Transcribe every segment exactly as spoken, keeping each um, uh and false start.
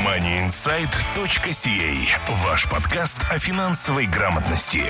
мани инсайт точка си эй – ваш подкаст о финансовой грамотности.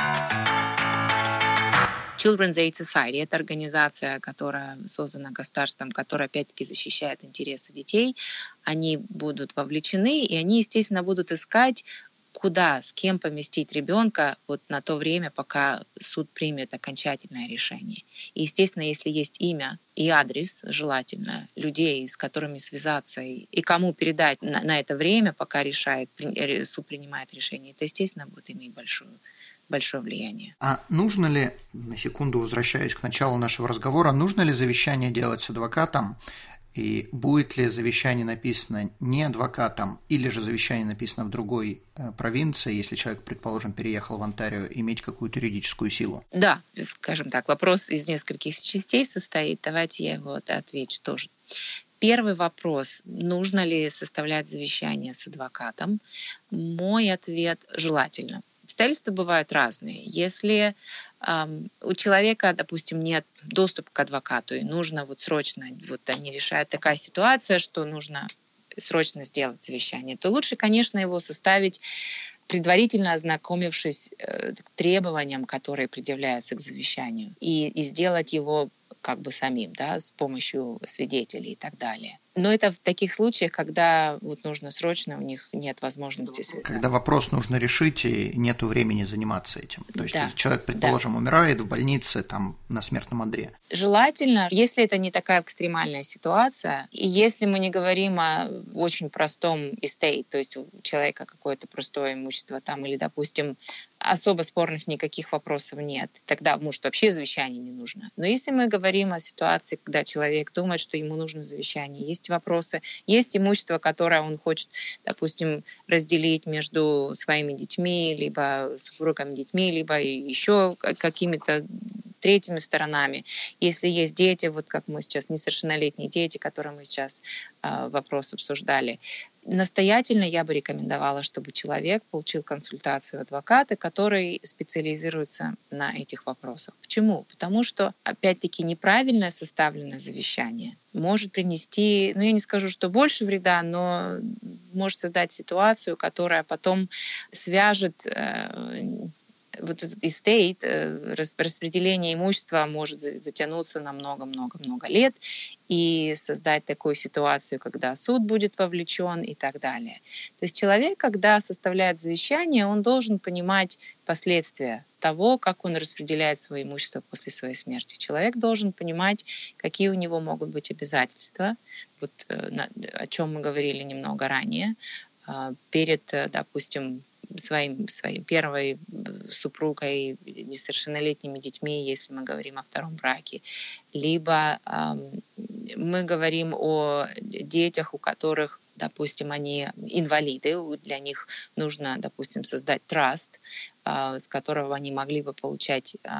Children's Aid Society — это организация, которая создана государством, которая, опять-таки, защищает интересы детей. Они будут вовлечены, и они, естественно, будут искать, куда, с кем поместить ребенка вот на то время, пока суд примет окончательное решение. И, естественно, если есть имя и адрес, желательно, людей, с которыми связаться и, и кому передать на, на это время, пока решает, суд принимает решение, это, естественно, будет иметь большую большое влияние. А нужно ли, на секунду возвращаясь к началу нашего разговора, нужно ли завещание делать с адвокатом? И будет ли завещание написано не адвокатом, или же завещание написано в другой э, провинции, если человек, предположим, переехал в Онтарио, иметь какую-то юридическую силу? Да, скажем так, вопрос из нескольких частей состоит. Давайте я его отвечу тоже. Первый вопрос: нужно ли составлять завещание с адвокатом? Мой ответ — желательно. Обстоятельства бывают разные. Если эм, у человека, допустим, нет доступа к адвокату, и нужно вот срочно, вот они решают такая ситуация, что нужно срочно сделать завещание, то лучше, конечно, его составить, предварительно ознакомившись э, к требованиям, которые предъявляются к завещанию, и, и сделать его как бы самим, да, с помощью свидетелей и так далее. Но это в таких случаях, когда вот нужно срочно, у них нет возможности связаться. Когда вопрос нужно решить, и нет времени заниматься этим. То есть, да, если человек, предположим, да. умирает в больнице, там, на смертном одре. Желательно, если это не такая экстремальная ситуация, и если мы не говорим о очень простом estate, то есть у человека какое-то простое имущество там, или, допустим, особо спорных никаких вопросов нет, тогда, может, вообще завещание не нужно. Но если мы говорим о ситуации, когда человек думает, что ему нужно завещание, есть вопросы, есть имущество, которое он хочет, допустим, разделить между своими детьми, либо супругами детьми, либо еще какими-то третьими сторонами. Если есть дети, вот как мы сейчас, несовершеннолетние дети, которые мы сейчас э, вопрос обсуждали, настоятельно я бы рекомендовала, чтобы человек получил консультацию адвоката, который специализируется на этих вопросах. Почему? Потому что, опять-таки, неправильное составленное завещание может принести, ну я не скажу, что больше вреда, но может создать ситуацию, которая потом свяжет э, вот этот estate, распределение имущества может затянуться на много-много-много лет и создать такую ситуацию, когда суд будет вовлечен и так далее. То есть человек, когда составляет завещание, он должен понимать последствия того, как он распределяет свое имущество после своей смерти. Человек должен понимать, какие у него могут быть обязательства, вот о чем мы говорили немного ранее, перед, допустим, своим, своей первой супругой, несовершеннолетними детьми, если мы говорим о втором браке. Либо э, мы говорим о детях, у которых, допустим, они инвалиды, для них нужно, допустим, создать траст, э, с которого они могли бы получать э,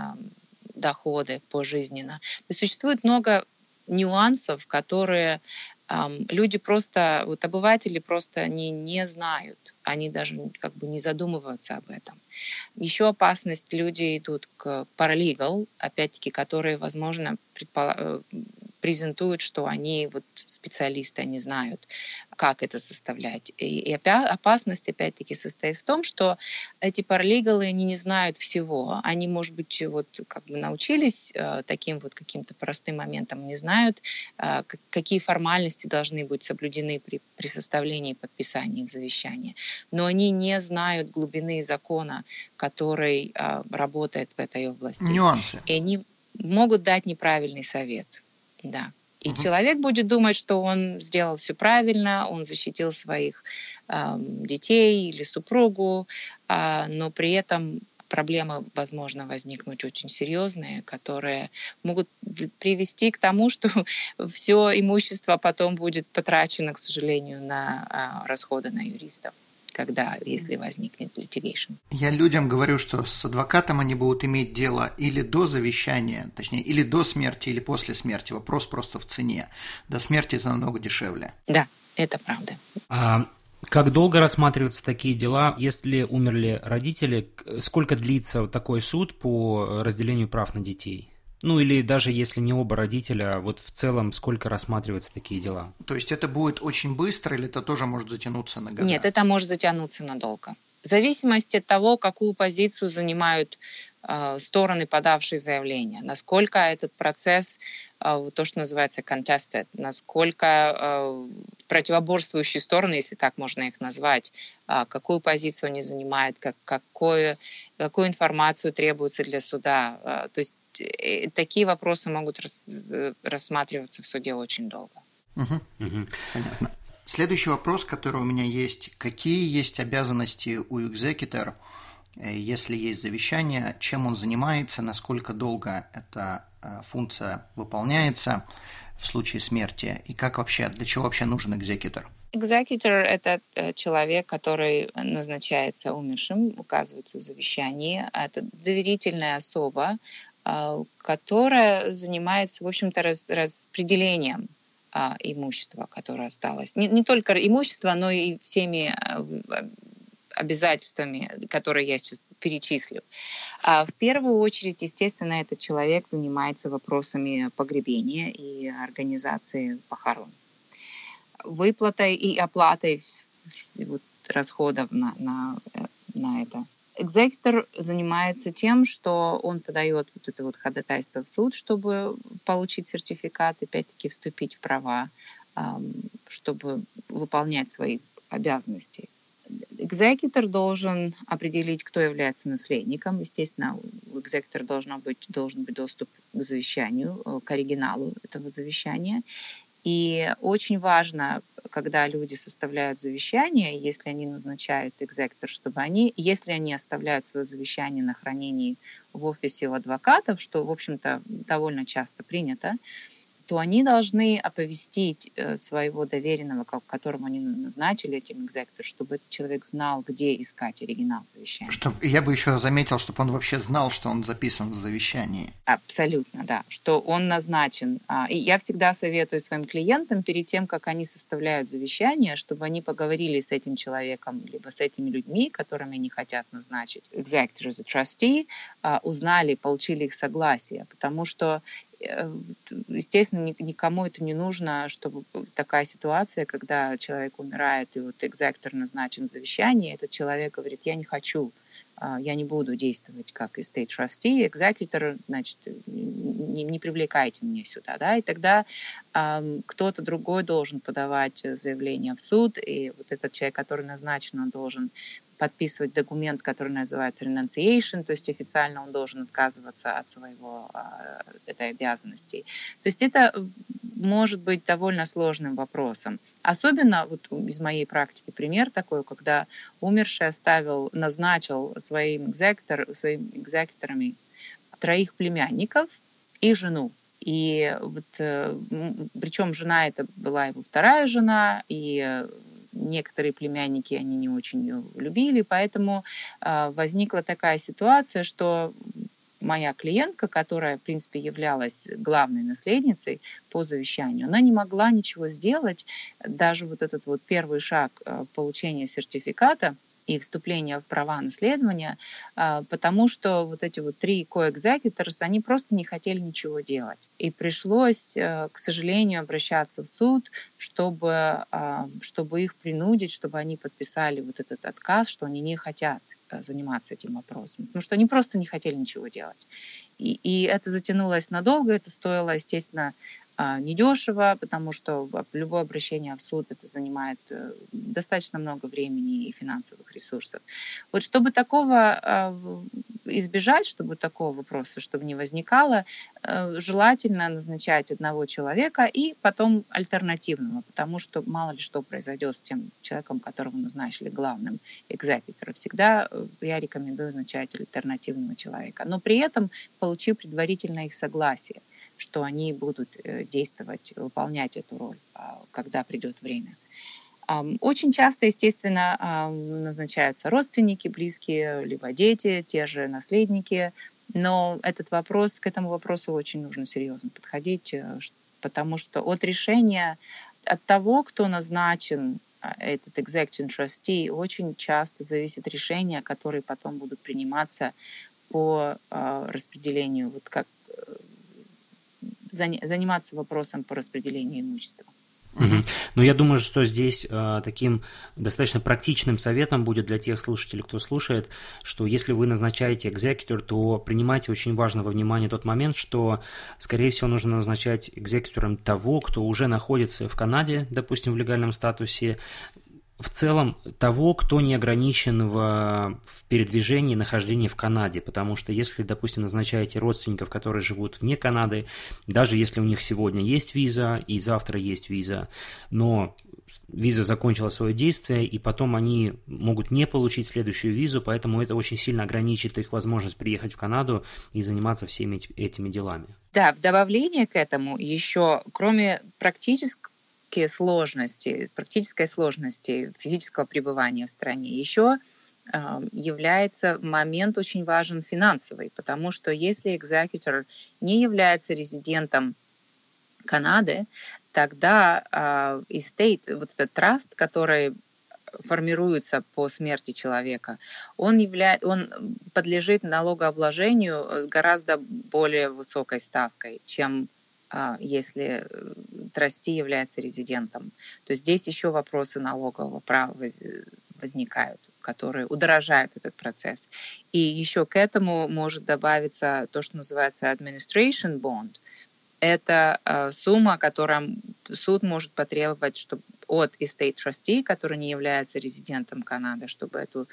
доходы пожизненно. То есть существует много нюансов, которые эм, люди просто, вот обыватели просто не, не знают, они даже как бы не задумываются об этом. Еще опасность: люди идут к paralegal, опять-таки, которые, возможно, предполагают, презентуют, что они вот специалисты, они знают, как это составлять. И, и опасность, опять-таки, состоит в том, что эти паралегалы, они не знают всего. Они, может быть, вот как бы научились э, таким вот каким-то простым моментам, не знают, э, какие формальности должны быть соблюдены при, при составлении и подписании завещания. Но они не знают глубины закона, который э, работает в этой области. Нюансы. И они могут дать неправильный совет. Да. И угу. человек будет думать, что он сделал все правильно, он защитил своих э, детей или супругу, э, но при этом проблемы, возможно, возникнуть очень серьезные, которые могут привести к тому, что все имущество потом будет потрачено, к сожалению, на э, расходы на юристов, когда, если возникнет litigation. Я людям говорю, что с адвокатом они будут иметь дело или до завещания, точнее, или до смерти, или после смерти. Вопрос просто в цене. До смерти это намного дешевле. Да, это правда. А как долго рассматриваются такие дела, если умерли родители? Сколько длится такой суд по разделению прав на детей? Ну или даже если не оба родителя, вот в целом сколько рассматриваются такие дела? То есть это будет очень быстро или это тоже может затянуться на года? Нет, это может затянуться надолго. В зависимости от того, какую позицию занимают э, стороны, подавшие заявление, насколько этот процесс, э, то, что называется contested, насколько э, противоборствующие стороны, если так можно их назвать, э, какую позицию они занимают, как, какое, какую информацию требуется для суда. Э, то есть э, такие вопросы могут рас, э, рассматриваться в суде очень долго. Угу. Угу. Понятно. Следующий вопрос, который у меня есть. Какие есть обязанности у экзекутора, если есть завещание, чем он занимается, насколько долго эта функция выполняется в случае смерти, и как вообще, для чего вообще нужен экзекутор? Экзекутор – это человек, который назначается умершим, указывается в завещании. Это доверительная особа, которая занимается, в общем-то, распределением имущества, которое осталось. Не, не только имущество, но и всеми обязательствами, которые я сейчас перечислю. А в первую очередь, естественно, этот человек занимается вопросами погребения и организации похорон. Выплатой и оплатой вот, расходов на, на, на это. Экзекутор занимается тем, что он подает вот это вот ходатайство в суд, чтобы получить сертификат, опять-таки вступить в права, чтобы выполнять свои обязанности. Экзекутор должен определить, кто является наследником. Естественно, у экзекутора должен быть, должен быть доступ к завещанию, к оригиналу этого завещания. И очень важно, когда люди составляют завещание, если они назначают экзекутор, чтобы они, если они оставляют свое завещание на хранении в офисе у адвокатов, что, в общем-то, довольно часто принято, то они должны оповестить своего доверенного, которому они назначили этим экзекутором, чтобы этот человек знал, где искать оригинал завещания. Чтоб, я бы еще заметил, чтобы он вообще знал, что он записан в завещании. Абсолютно, да, что он назначен. И я всегда советую своим клиентам перед тем, как они составляют завещание, чтобы они поговорили с этим человеком, либо с этими людьми, которыми они хотят назначить executors и trustee, узнали, получили их согласие, потому что естественно, никому это не нужно, чтобы такая ситуация, когда человек умирает, и вот экзекутор назначен в завещании, этот человек говорит, я не хочу, я не буду действовать как estate trustee, экзекутор, значит, не, не привлекайте меня сюда, да, и тогда э, кто-то другой должен подавать заявление в суд, и вот этот человек, который назначен, он должен подписывать документ, который называется renunciation, то есть официально он должен отказываться от своего этой обязанности. То есть это может быть довольно сложным вопросом. Особенно вот из моей практики пример такой, когда умерший оставил, назначил своим экзекутор, своими экзекуторами троих племянников и жену. И вот, причем жена это была его вторая жена, и некоторые племянники, они не очень ее любили, поэтому э, возникла такая ситуация, что моя клиентка, которая, в принципе, являлась главной наследницей по завещанию, она не могла ничего сделать, даже вот этот вот первый шаг э, получения сертификата и вступления в права наследования, потому что вот эти вот три co-executors, они просто не хотели ничего делать. И пришлось, к сожалению, обращаться в суд, чтобы, чтобы их принудить, чтобы они подписали вот этот отказ, что они не хотят заниматься этим вопросом. Потому что они просто не хотели ничего делать. И, и это затянулось надолго, это стоило, естественно, недешево, потому что любое обращение в суд это занимает достаточно много времени и финансовых ресурсов. Вот чтобы такого избежать, чтобы такого вопроса, чтобы не возникало, желательно назначать одного человека и потом альтернативного, потому что мало ли что произойдет с тем человеком, которого назначили главным экзекутором. Всегда я рекомендую назначать альтернативного человека, но при этом получив предварительное их согласие, что они будут действовать, выполнять эту роль, когда придет время. Очень часто, естественно, назначаются родственники, близкие, либо дети, те же наследники, но этот вопрос, к этому вопросу очень нужно серьезно подходить, потому что от решения, от того, кто назначен, этот executive trustee, очень часто зависит решения, которые потом будут приниматься по распределению, вот как заниматься вопросом по распределению имущества. Угу. Но я думаю, что здесь э, таким достаточно практичным советом будет для тех слушателей, кто слушает, что если вы назначаете экзекутор, то принимайте очень важно во внимание тот момент, что, скорее всего, нужно назначать экзекутором того, кто уже находится в Канаде, допустим, в легальном статусе, в целом того, кто не ограничен в, в передвижении и нахождении в Канаде, потому что если, допустим, назначаете родственников, которые живут вне Канады, даже если у них сегодня есть виза и завтра есть виза, но виза закончила свое действие, и потом они могут не получить следующую визу, поэтому это очень сильно ограничит их возможность приехать в Канаду и заниматься всеми этими делами. Да, в добавление к этому еще, кроме практического сложности, практической сложности физического пребывания в стране, еще э, является момент очень важен финансовый, потому что если экзекутор не является резидентом Канады, тогда э, estate, вот этот траст, который формируется по смерти человека, он, явля... он подлежит налогообложению с гораздо более высокой ставкой, чем если трасти является резидентом. То есть здесь еще вопросы налогового права возникают, которые удорожают этот процесс. И еще к этому может добавиться то, что называется administration bond. Это сумма, которую суд может потребовать чтобы от estate trustee, который не является резидентом Канады, чтобы эту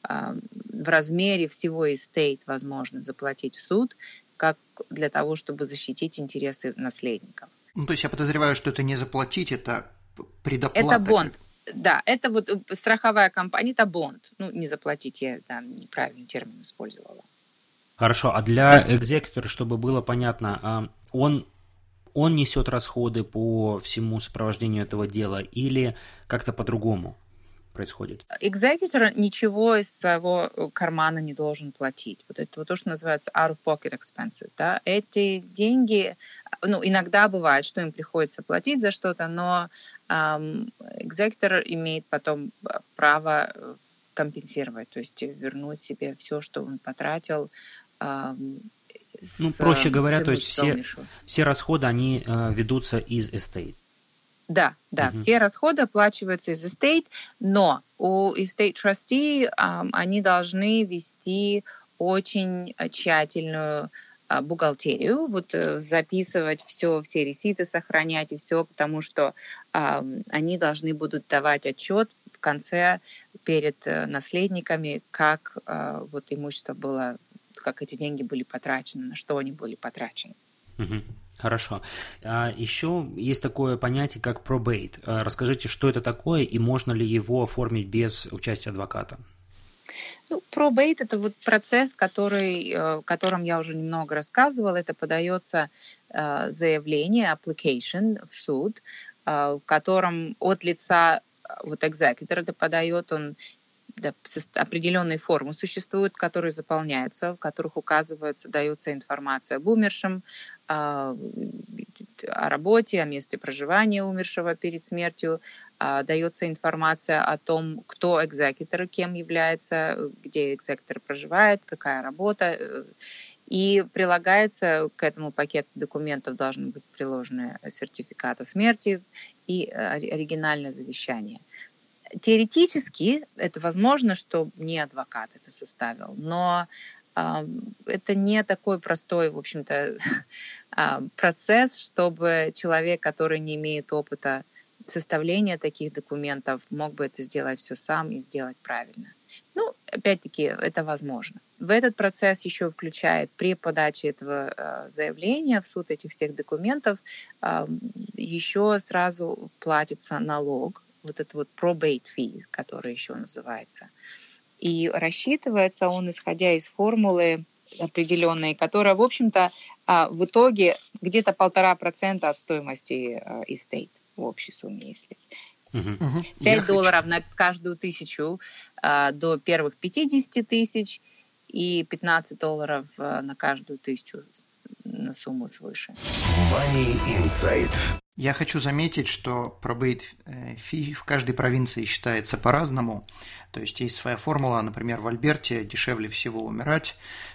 в размере всего estate возможно заплатить в суд, как для того, чтобы защитить интересы наследников. Ну, то есть я подозреваю, что это не заплатить, это предоплата. Это бонд. Да, это вот страховая компания, это бонд. Ну, не заплатить, я да, неправильный термин использовала. Хорошо, а для экзекутора, чтобы было понятно, он, он несет расходы по всему сопровождению этого дела или как-то по-другому происходит? Экзекутор ничего из своего кармана не должен платить. Вот это вот то, что называется out-of-pocket expenses. Да? Эти деньги, ну, иногда бывает, что им приходится платить за что-то, но эм, экзекутор имеет потом право компенсировать, то есть вернуть себе все, что он потратил. Эм, ну, с, проще говоря, то есть все, все расходы, они э, ведутся из estate. Да, да, uh-huh. Все расходы оплачиваются из estate, но у estate trustee um, они должны вести очень тщательную uh, бухгалтерию, вот uh, записывать все, все реситы, сохранять и все, потому что uh, они должны будут давать отчет в конце перед uh, наследниками, как uh, вот имущество было, как эти деньги были потрачены, на что они были потрачены. Uh-huh. Хорошо. А еще есть такое понятие, как probate. Расскажите, что это такое и можно ли его оформить без участия адвоката? Ну, probate – это вот процесс, который, о котором я уже немного рассказывала. Это подается э, заявление, application в суд, э, в котором от лица вот executor это подает он. Да, определенные формы существуют, которые заполняются, в которых указывается, дается информация об умершем, о работе, о месте проживания умершего перед смертью, дается информация о том, кто экзекутор, кем является, где экзекутор проживает, какая работа. И прилагается к этому пакету документов должны быть приложены сертификат о смерти и оригинальное завещание. Теоретически это возможно, что не адвокат это составил, но э, это не такой простой, в общем-то, э, процесс, чтобы человек, который не имеет опыта составления таких документов, мог бы это сделать все сам и сделать правильно. Ну, опять-таки, это возможно. В этот процесс еще включает при подаче этого э, заявления в суд этих всех документов э, еще сразу платится налог. Вот это вот probate fee, который еще называется. И рассчитывается он, исходя из формулы определенной, которая, в общем-то, в итоге где-то полтора процента от стоимости estate в общей сумме, если. Uh-huh. пять долларов на каждую тысячу до первых пятидесяти тысяч и пятнадцать долларов на каждую тысячу на сумму свыше. Money Insight. Я хочу заметить, что probate fee в каждой провинции считается по-разному. То есть есть своя формула, например, в Альберте дешевле всего умирать,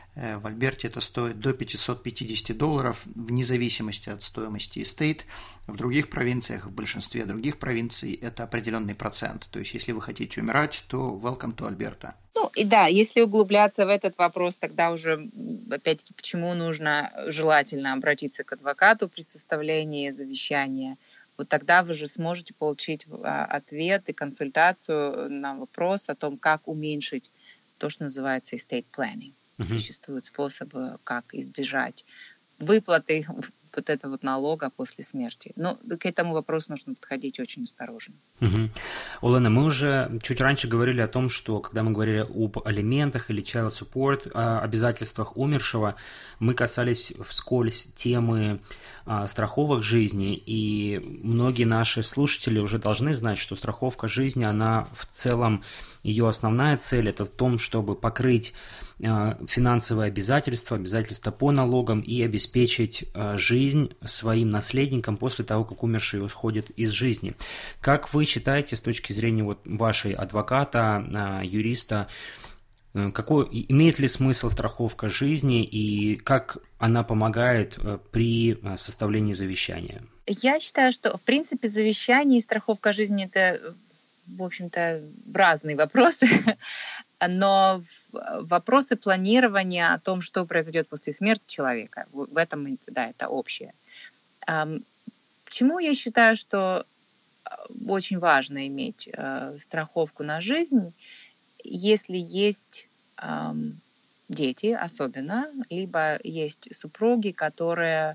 В Альберте это стоит до пятьсот пятьдесят долларов, вне зависимости от стоимости эстейт. В других провинциях, в большинстве других провинций, это определенный процент. То есть, если вы хотите умирать, то welcome to Альберта. Ну, и да, если углубляться в этот вопрос, тогда уже, опять-таки, почему нужно желательно обратиться к адвокату при составлении завещания. Вот тогда вы же сможете получить ответ и консультацию на вопрос о том, как уменьшить то, что называется estate planning. Uh-huh. Существуют способы, как избежать выплаты вот этого вот налога после смерти. Но к этому вопросу нужно подходить очень осторожно. Угу. Олена, мы уже чуть раньше говорили о том, что когда мы говорили об алиментах или child support, о обязательствах умершего, мы касались вскользь темы а, страховок жизни, и многие наши слушатели уже должны знать, что страховка жизни, она в целом, ее основная цель – это в том, чтобы покрыть а, финансовые обязательства, обязательства по налогам и обеспечить а, жизнь своим наследникам после того, как умерший усходит из жизни. Как вы считаете, с точки зрения вот вашей адвоката, юриста, какой, имеет ли смысл страховка жизни и как она помогает при составлении завещания? Я считаю, что, в принципе, завещание и страховка жизни – это, в общем-то, разные вопросы. Но вопросы планирования о том, что произойдет после смерти человека, в этом, да, это общее. Почему я считаю, что очень важно иметь страховку на жизнь, если есть дети особенно, либо есть супруги, которые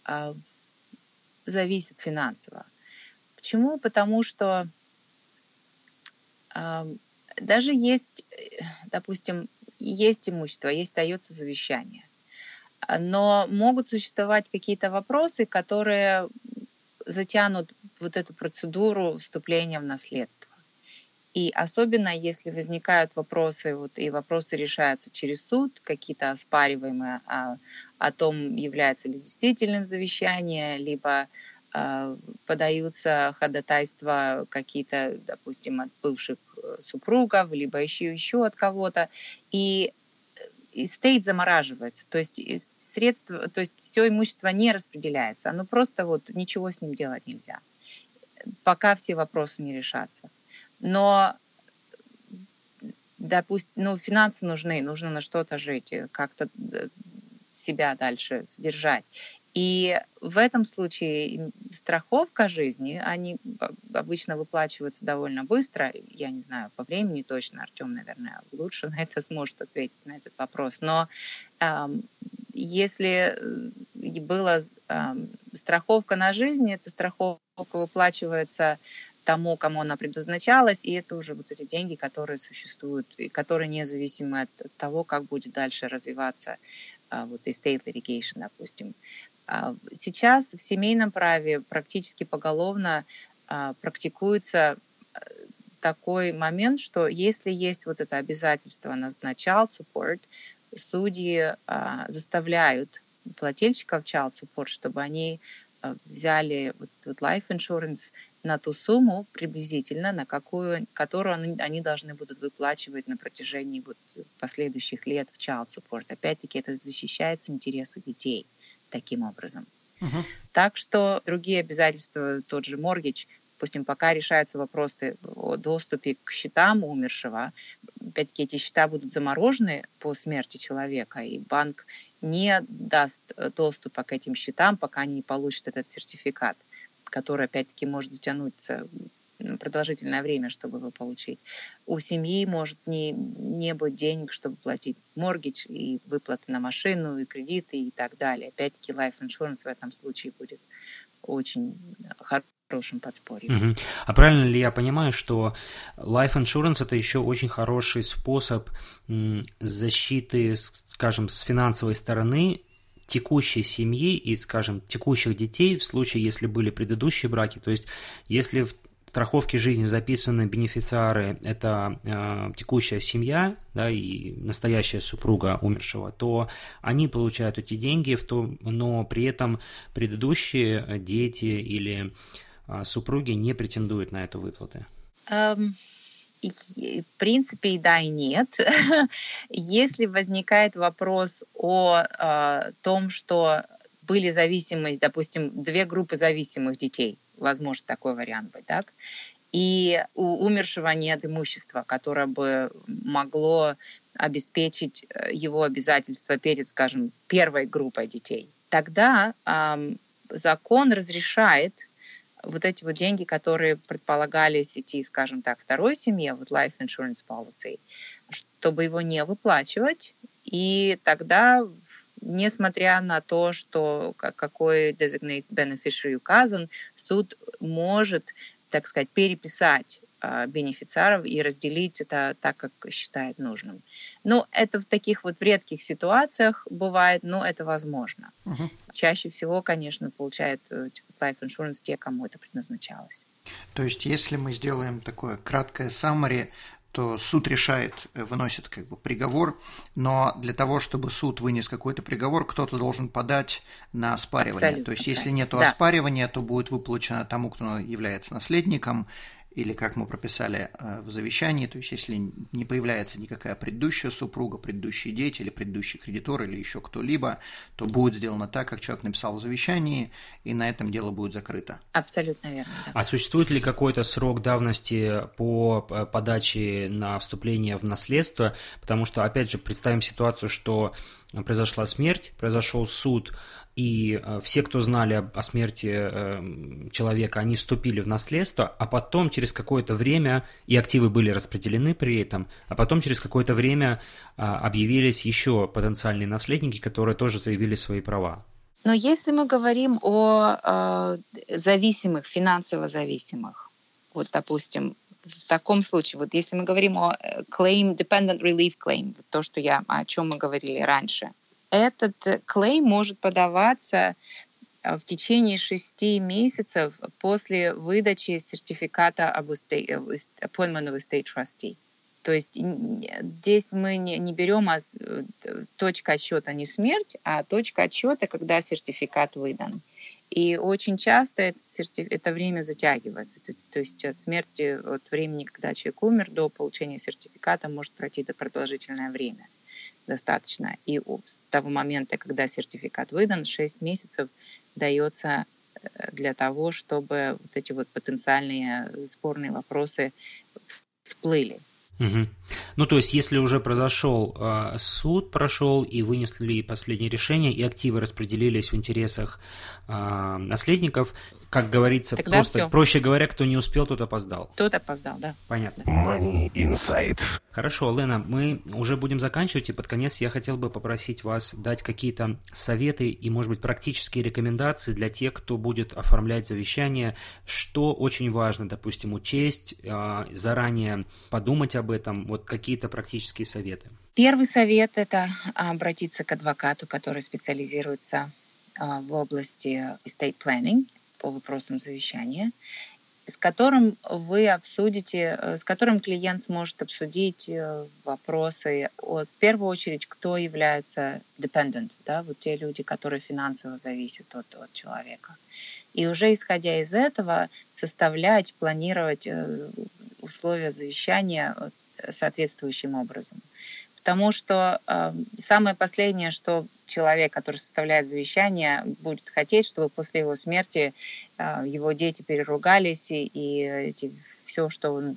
зависят финансово. Почему? Потому что даже есть, допустим, есть имущество, есть остается завещание, но могут существовать какие-то вопросы, которые затянут вот эту процедуру вступления в наследство. И особенно, если возникают вопросы, вот, и вопросы решаются через суд, какие-то оспариваемые о, о том, является ли действительным завещание, либо э, подаются ходатайства какие-то, допустим, от бывших супругов, либо еще, еще от кого-то. И эстейт замораживается, то есть средства, то есть все имущество не распределяется, оно просто вот ничего с ним делать нельзя, пока все вопросы не решатся. Но, допустим, ну, финансы нужны, нужно на что-то жить, как-то себя дальше содержать. И в этом случае страховка жизни, они обычно выплачиваются довольно быстро. Я не знаю по времени точно, Артем, наверное, лучше на это сможет ответить, на этот вопрос. Но э, если была э, страховка на жизнь, эта страховка выплачивается тому, кому она предназначалась, и это уже вот эти деньги, которые существуют, и которые независимы от того, как будет дальше развиваться э, вот estate litigation, допустим. Сейчас в семейном праве практически поголовно а, практикуется такой момент, что если есть вот это обязательство на, на child support, судьи а, заставляют плательщиков child support, чтобы они а, взяли вот, вот life insurance на ту сумму приблизительно, на какую, которую они, они должны будут выплачивать на протяжении вот, последующих лет в child support. Опять-таки это защищает интересы детей таким образом. Uh-huh. Так что другие обязательства, тот же mortgage, допустим, пока решаются вопросы о доступе к счетам умершего, опять-таки эти счета будут заморожены по смерти человека, и банк не даст доступа к этим счетам, пока они не получат этот сертификат, который, опять-таки, может затянуться продолжительное время, чтобы его получить. У семьи может не, не быть денег, чтобы платить моргидж и выплаты на машину, и кредиты, и так далее. Опять-таки, life insurance в этом случае будет очень хорошим подспорьем. Угу. А правильно ли я понимаю, что life insurance – это еще очень хороший способ защиты, скажем, с финансовой стороны текущей семьи и, скажем, текущих детей в случае, если были предыдущие браки? То есть, если в страховке жизни записаны бенефициары, это э, текущая семья, да, и настоящая супруга умершего, то они получают эти деньги, в том, но при этом предыдущие дети или э, супруги не претендуют на эту выплату. Um, И, в принципе, и да, и нет. Если возникает вопрос о э, том, что были зависимость, допустим, две группы зависимых детей, возможно, такой вариант быть, так? И у умершего нет имущества, которое бы могло обеспечить его обязательства перед, скажем, первой группой детей. Тогда э, закон разрешает вот эти вот деньги, которые предполагались идти, скажем так, второй семье, вот life insurance policy, чтобы его не выплачивать. И тогда, несмотря на то, что какой designated beneficiary указан, суд может, так сказать, переписать э, бенефициаров и разделить это так, как считает нужным. Ну, это в таких вот в редких ситуациях бывает, но это возможно. Uh-huh. Чаще всего, конечно, получает life insurance те, кому это предназначалось. То есть, если мы сделаем такое краткое summary, то суд решает, выносит как бы приговор, но для того, чтобы суд вынес какой-то приговор, кто-то должен подать на оспаривание. Абсолютно. То есть, если нет да. оспаривания, то будет выплачено тому, кто является наследником, или как мы прописали в завещании, то есть если не появляется никакая предыдущая супруга, предыдущие дети или предыдущий кредитор или еще кто-либо, то будет сделано так, как человек написал в завещании, и на этом дело будет закрыто. Абсолютно верно. Да. А существует ли какой-то срок давности по подаче на вступление в наследство? Потому что, опять же, представим ситуацию, что произошла смерть, произошел суд, и все, кто знали о смерти человека, они вступили в наследство, а потом через какое-то время, и активы были распределены при этом, а потом через какое-то время объявились еще потенциальные наследники, которые тоже заявили свои права. Но если мы говорим о зависимых, финансово зависимых, вот, допустим, в таком случае, вот если мы говорим о claim, dependent relief claim, то, что я, о чем мы говорили раньше, этот клейм может подаваться в течение шести месяцев после выдачи сертификата об estate, appointment of estate trustee. То есть здесь мы не, не берем а, точка отсчета не смерть, а точка отсчета, когда сертификат выдан. И очень часто это, сертиф... это время затягивается. То, то есть от смерти, от времени, когда человек умер, до получения сертификата может пройти до продолжительное время. Достаточно. И с того момента, когда сертификат выдан, шесть месяцев дается для того, чтобы вот эти вот потенциальные спорные вопросы всплыли. Угу. Ну, то есть, если уже произошел э, суд, прошел и вынесли последнее решение, и активы распределились в интересах э, наследников, как говорится, тогда просто, всё. Проще говоря, кто не успел, тот опоздал. Тот опоздал, да. Понятно. Money Insight. Хорошо, Лена, мы уже будем заканчивать, и под конец я хотел бы попросить вас дать какие-то советы и, может быть, практические рекомендации для тех, кто будет оформлять завещание, что очень важно, допустим, учесть, э, заранее подумать об этом, вот какие-то практические советы. Первый совет – это обратиться к адвокату, который специализируется э, в области estate planning, по вопросам завещания, с которым вы обсудите, с которым клиент сможет обсудить вопросы, от, в первую очередь, кто является dependent, да, вот те люди, которые финансово зависят от, от человека. И уже исходя из этого составлять, планировать условия завещания соответствующим образом. Потому что э, самое последнее, что человек, который составляет завещание, будет хотеть, чтобы после его смерти э, его дети переругались, и, и эти, все, что он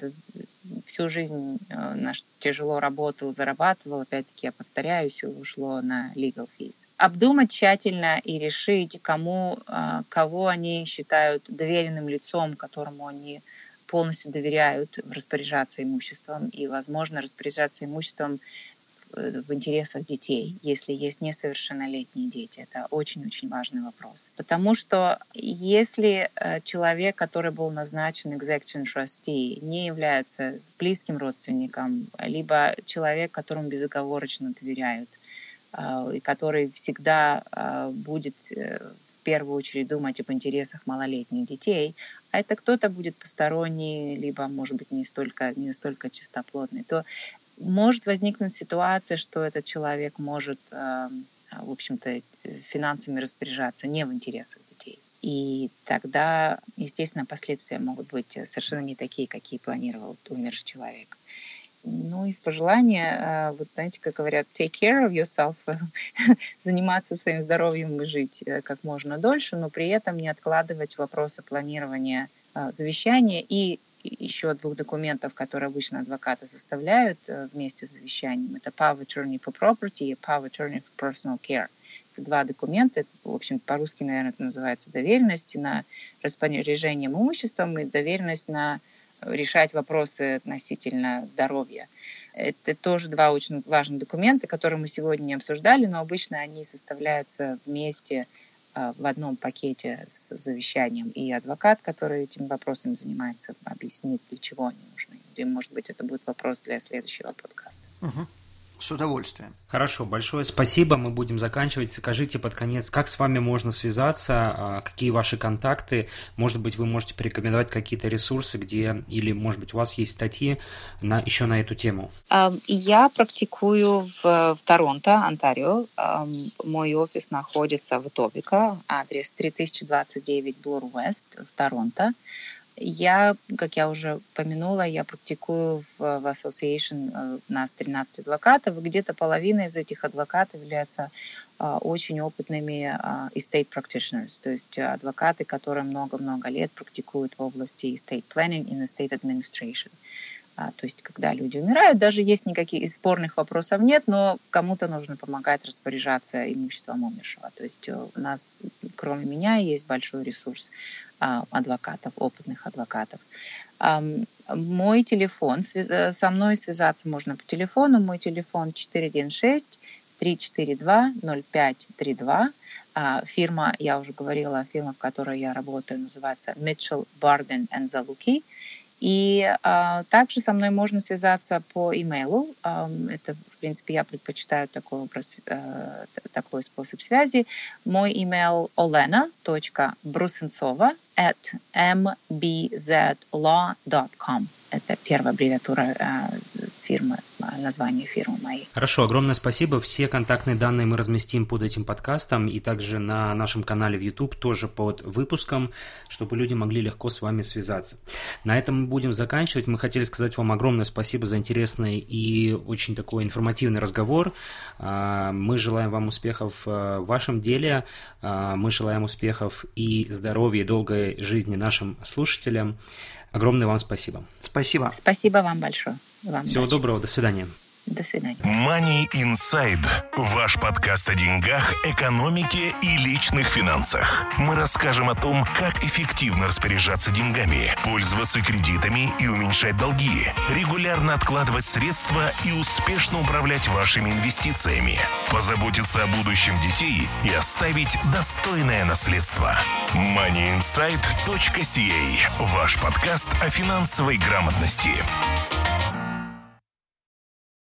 всю жизнь э, наш тяжело работал, зарабатывал, опять-таки, я повторяюсь, ушло на legal fees. Обдумать тщательно и решить, кому, э, кого они считают доверенным лицом, которому они полностью доверяют распоряжаться имуществом и, возможно, распоряжаться имуществом в, в интересах детей, если есть несовершеннолетние дети. Это очень-очень важный вопрос. Потому что если человек, который был назначен executive trustee, не является близким родственником, либо человек, которому безоговорочно доверяют, и который всегда будет в первую очередь думать об интересах малолетних детей, а это кто-то будет посторонний, либо, может быть, не столько, не столько чистоплотный, то может возникнуть ситуация, что этот человек может, в общем-то, с финансами распоряжаться не в интересах детей. И тогда, естественно, последствия могут быть совершенно не такие, какие планировал умерший человек. Ну и в пожелание, вот знаете, как говорят, take care of yourself, заниматься своим здоровьем и жить как можно дольше, но при этом не откладывать вопросы планирования завещания и еще двух документов, которые обычно адвокаты составляют вместе с завещанием. Это Power of Attorney for Property и Power of Attorney for Personal Care. Это два документа, в общем, по-русски, наверное, это называется доверенность на распоряжение имуществом и доверенность на решать вопросы относительно здоровья. Это тоже два очень важных документа, которые мы сегодня не обсуждали, но обычно они составляются вместе в одном пакете с завещанием. И адвокат, который этим вопросом занимается, объяснит, для чего они нужны. Или, может быть, это будет вопрос для следующего подкаста. Угу. С удовольствием. Хорошо, большое спасибо. Мы будем заканчивать. Скажите под конец, как с вами можно связаться, какие ваши контакты? Может быть, вы можете порекомендовать какие-то ресурсы, где, или, может быть, у вас есть статьи на, еще на эту тему? Я практикую в, в Торонто, Онтарио. Мой офис находится в Этобика, адрес три тысячи двадцать девять Bloor West в Торонто. Я, как я уже упомянула, я практикую в, в Association, у нас тринадцать адвокатов, и где-то половина из этих адвокатов являются а, очень опытными а, estate practitioners, то есть адвокаты, которые много-много лет практикуют в области estate planning и estate administration. А, то есть, когда люди умирают, даже есть никаких спорных вопросов нет, но кому-то нужно помогать распоряжаться имуществом умершего. То есть у нас, кроме меня, есть большой ресурс а, адвокатов, опытных адвокатов. А, мой телефон, связ... со мной связаться можно по телефону. Мой телефон четыре один шесть три четыре два ноль пять три два. А, фирма, я уже говорила, фирма, в которой я работаю, называется Mitchell, Barden and Zaluki. И а, также со мной можно связаться по имейлу. А, это, в принципе, я предпочитаю такой образ, а, такой способ связи. Мой имейл olena точка brusentsova at эм би зет law точка ком. Это первая аббревиатура а, фирмы, название фирмы моей. Хорошо, огромное спасибо. Все контактные данные мы разместим под этим подкастом и также на нашем канале в YouTube, тоже под выпуском, чтобы люди могли легко с вами связаться. На этом мы будем заканчивать. Мы хотели сказать вам огромное спасибо за интересный и очень такой информативный разговор. Мы желаем вам успехов в вашем деле. Мы желаем успехов и здоровья, и долгой жизни нашим слушателям. Огромное вам спасибо. Спасибо. Спасибо вам большое. Вам Всего удачи. доброго, до свидания. До свидания. Money Inside. Ваш подкаст о деньгах, экономике и личных финансах. Мы расскажем о том, как эффективно распоряжаться деньгами, пользоваться кредитами и уменьшать долги, регулярно откладывать средства и успешно управлять вашими инвестициями, позаботиться о будущем детей и оставить достойное наследство. money inside точка си эй. Ваш подкаст о финансовой грамотности.